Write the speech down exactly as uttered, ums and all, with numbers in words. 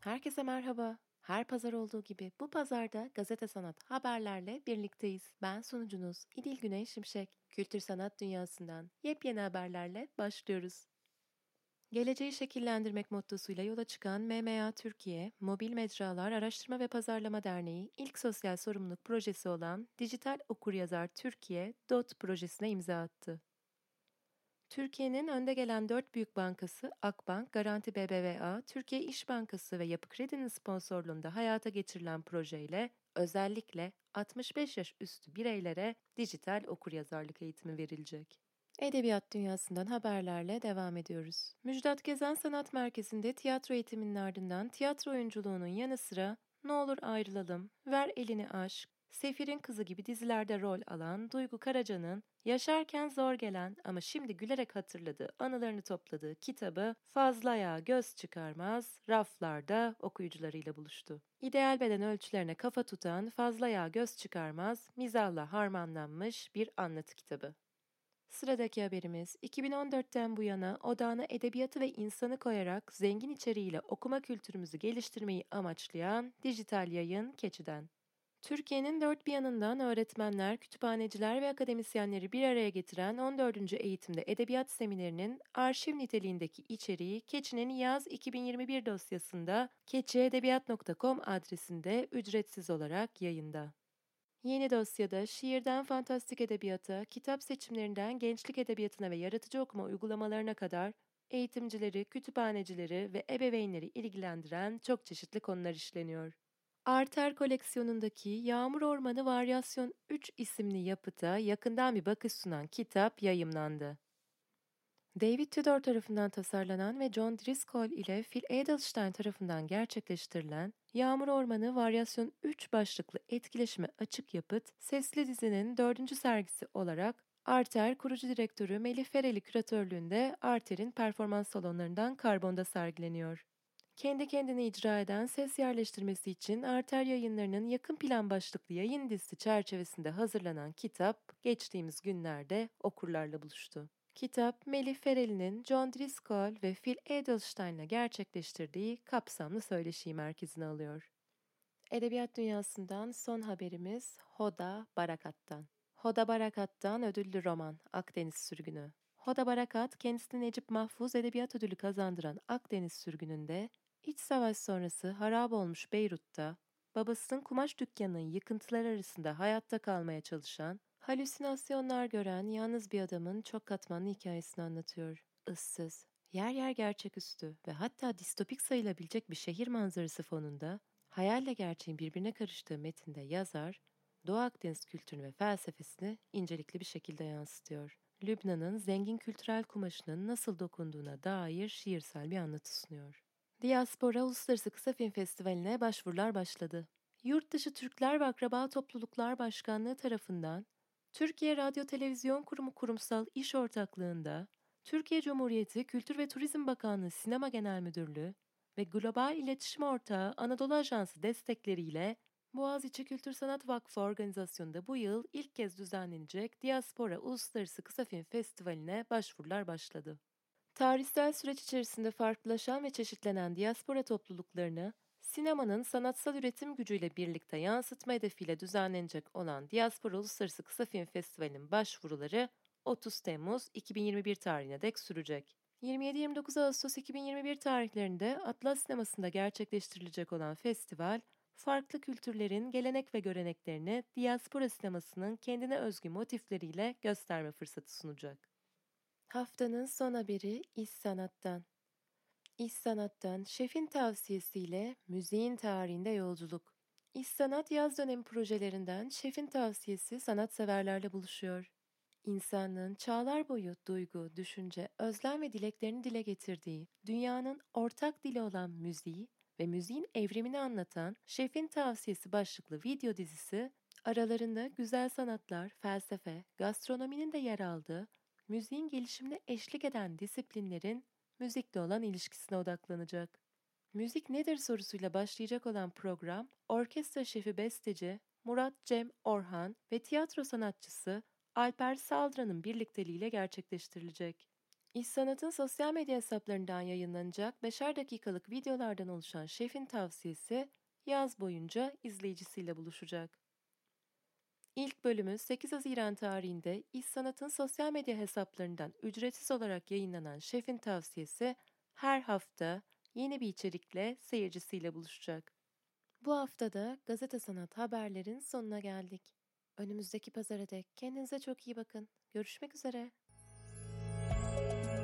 Herkese merhaba. Her pazar olduğu gibi bu pazarda gazete sanat haberlerle birlikteyiz. Ben sunucunuz İdil Güney Şimşek. Kültür sanat dünyasından yepyeni haberlerle başlıyoruz. Geleceği şekillendirmek mottosuyla yola çıkan M M A Türkiye, Mobil Mecralar Araştırma ve Pazarlama Derneği ilk sosyal sorumluluk projesi olan Dijital Okuryazar Türkiye D O T projesine imza attı. Türkiye'nin önde gelen dört büyük bankası Akbank, Garanti B B V A, Türkiye İş Bankası ve Yapı Kredi'nin sponsorluğunda hayata geçirilen projeyle özellikle altmış beş yaş üstü bireylere dijital okuryazarlık eğitimi verilecek. Edebiyat dünyasından haberlerle devam ediyoruz. Müjdat Gezen Sanat Merkezi'nde tiyatro eğitiminin ardından tiyatro oyunculuğunun yanı sıra Ne Olur Ayrılalım, Ver Elini Aşk, Sefir'in Kızı gibi dizilerde rol alan Duygu Karaca'nın yaşarken zor gelen ama şimdi gülerek hatırladığı anılarını topladığı kitabı Fazlaya Göz Çıkarmaz raflarda okuyucularıyla buluştu. İdeal beden ölçülerine kafa tutan Fazlaya Göz Çıkarmaz mizahla harmanlanmış bir anlatı kitabı. Sıradaki haberimiz iki bin on dörtten bu yana odağına edebiyatı ve insanı koyarak zengin içeriğiyle okuma kültürümüzü geliştirmeyi amaçlayan dijital yayın Keçi'den. Türkiye'nin dört bir yanından öğretmenler, kütüphaneciler ve akademisyenleri bir araya getiren on dördüncü eğitimde edebiyat seminerinin arşiv niteliğindeki içeriği Keçi'nin yaz iki bin yirmi bir dosyasında keçiedebiyat nokta com adresinde ücretsiz olarak yayında. Yeni dosyada şiirden fantastik edebiyata, kitap seçimlerinden gençlik edebiyatına ve yaratıcı okuma uygulamalarına kadar eğitimcileri, kütüphanecileri ve ebeveynleri ilgilendiren çok çeşitli konular işleniyor. Arter koleksiyonundaki Yağmur Ormanı Varyasyon üç isimli yapıta yakından bir bakış sunan kitap yayımlandı. David Tudor tarafından tasarlanan ve John Driscoll ile Phil Edelstein tarafından gerçekleştirilen Yağmur Ormanı Varyasyon üç başlıklı etkileşime açık yapıt, sesli dizinin dördüncü sergisi olarak Arter kurucu direktörü Melih Fereli küratörlüğünde Arter'in performans salonlarından Karbon'da sergileniyor. Kendi kendine icra eden ses yerleştirmesi için Arter Yayınları'nın yakın plan başlıklı yayın dizisi çerçevesinde hazırlanan kitap geçtiğimiz günlerde okurlarla buluştu. Kitap, Melih Fereli'nin John Driscoll ve Phil Edelstein'la gerçekleştirdiği kapsamlı söyleşiyi merkezine alıyor. Edebiyat dünyasından son haberimiz Hoda Barakat'tan. Hoda Barakat'tan ödüllü roman Akdeniz Sürgünü. Hoda Barakat, kendisine Necip Mahfuz Edebiyat Ödülü kazandıran Akdeniz Sürgünü'nde, İç savaş sonrası harap olmuş Beyrut'ta, babasının kumaş dükkanının yıkıntıları arasında hayatta kalmaya çalışan, halüsinasyonlar gören yalnız bir adamın çok katmanlı hikayesini anlatıyor. Issız, yer yer gerçeküstü ve hatta distopik sayılabilecek bir şehir manzarası fonunda, hayalle gerçeğin birbirine karıştığı metinde yazar, Doğu Akdeniz kültürünü ve felsefesini incelikli bir şekilde yansıtıyor. Lübnan'ın zengin kültürel kumaşının nasıl dokunduğuna dair şiirsel bir anlatı sunuyor. Diaspora Uluslararası Kısa Film Festivali'ne başvurular başladı. Yurtdışı Türkler ve Akraba Topluluklar Başkanlığı tarafından Türkiye Radyo Televizyon Kurumu kurumsal iş ortaklığında Türkiye Cumhuriyeti Kültür ve Turizm Bakanlığı Sinema Genel Müdürlüğü ve Global İletişim Ortağı Anadolu Ajansı destekleriyle Boğaziçi Kültür Sanat Vakfı organizasyonunda bu yıl ilk kez düzenlenecek Diaspora Uluslararası Kısa Film Festivali'ne başvurular başladı. Tarihsel süreç içerisinde farklılaşan ve çeşitlenen diaspora topluluklarını sinemanın sanatsal üretim gücüyle birlikte yansıtma hedefiyle düzenlenecek olan Diaspora Uluslararası Kısa Film Festivali'nin başvuruları otuz Temmuz iki bin yirmi bir tarihine dek sürecek. yirmi yedi yirmi dokuz Ağustos iki bin yirmi bir tarihlerinde Atlas Sineması'nda gerçekleştirilecek olan festival, farklı kültürlerin gelenek ve göreneklerini diaspora sinemasının kendine özgü motifleriyle gösterme fırsatı sunacak. Haftanın son haberi İş Sanat'tan. İş Sanat'tan şefin tavsiyesiyle müziğin tarihinde yolculuk. İş Sanat yaz dönemi projelerinden şefin tavsiyesi sanatseverlerle buluşuyor. İnsanlığın çağlar boyu duygu, düşünce, özlem ve dileklerini dile getirdiği, dünyanın ortak dili olan müziği ve müziğin evrimini anlatan Şefin Tavsiyesi başlıklı video dizisi, aralarında güzel sanatlar, felsefe, gastronominin de yer aldığı, müziğin gelişimine eşlik eden disiplinlerin müzikle olan ilişkisine odaklanacak. Müzik nedir sorusuyla başlayacak olan program, orkestra şefi besteci Murat Cem Orhan ve tiyatro sanatçısı Alper Saldran'ın birlikteliğiyle gerçekleştirilecek. İş Sanat'ın sosyal medya hesaplarından yayınlanacak beşer dakikalık videolardan oluşan Şefin Tavsiyesi yaz boyunca izleyicisiyle buluşacak. İlk bölümü sekiz Haziran tarihinde İş Sanat'ın sosyal medya hesaplarından ücretsiz olarak yayınlanan Şefin Tavsiyesi her hafta yeni bir içerikle seyircisiyle buluşacak. Bu haftada Gazete Sanat haberlerin sonuna geldik. Önümüzdeki pazara dek kendinize çok iyi bakın. Görüşmek üzere.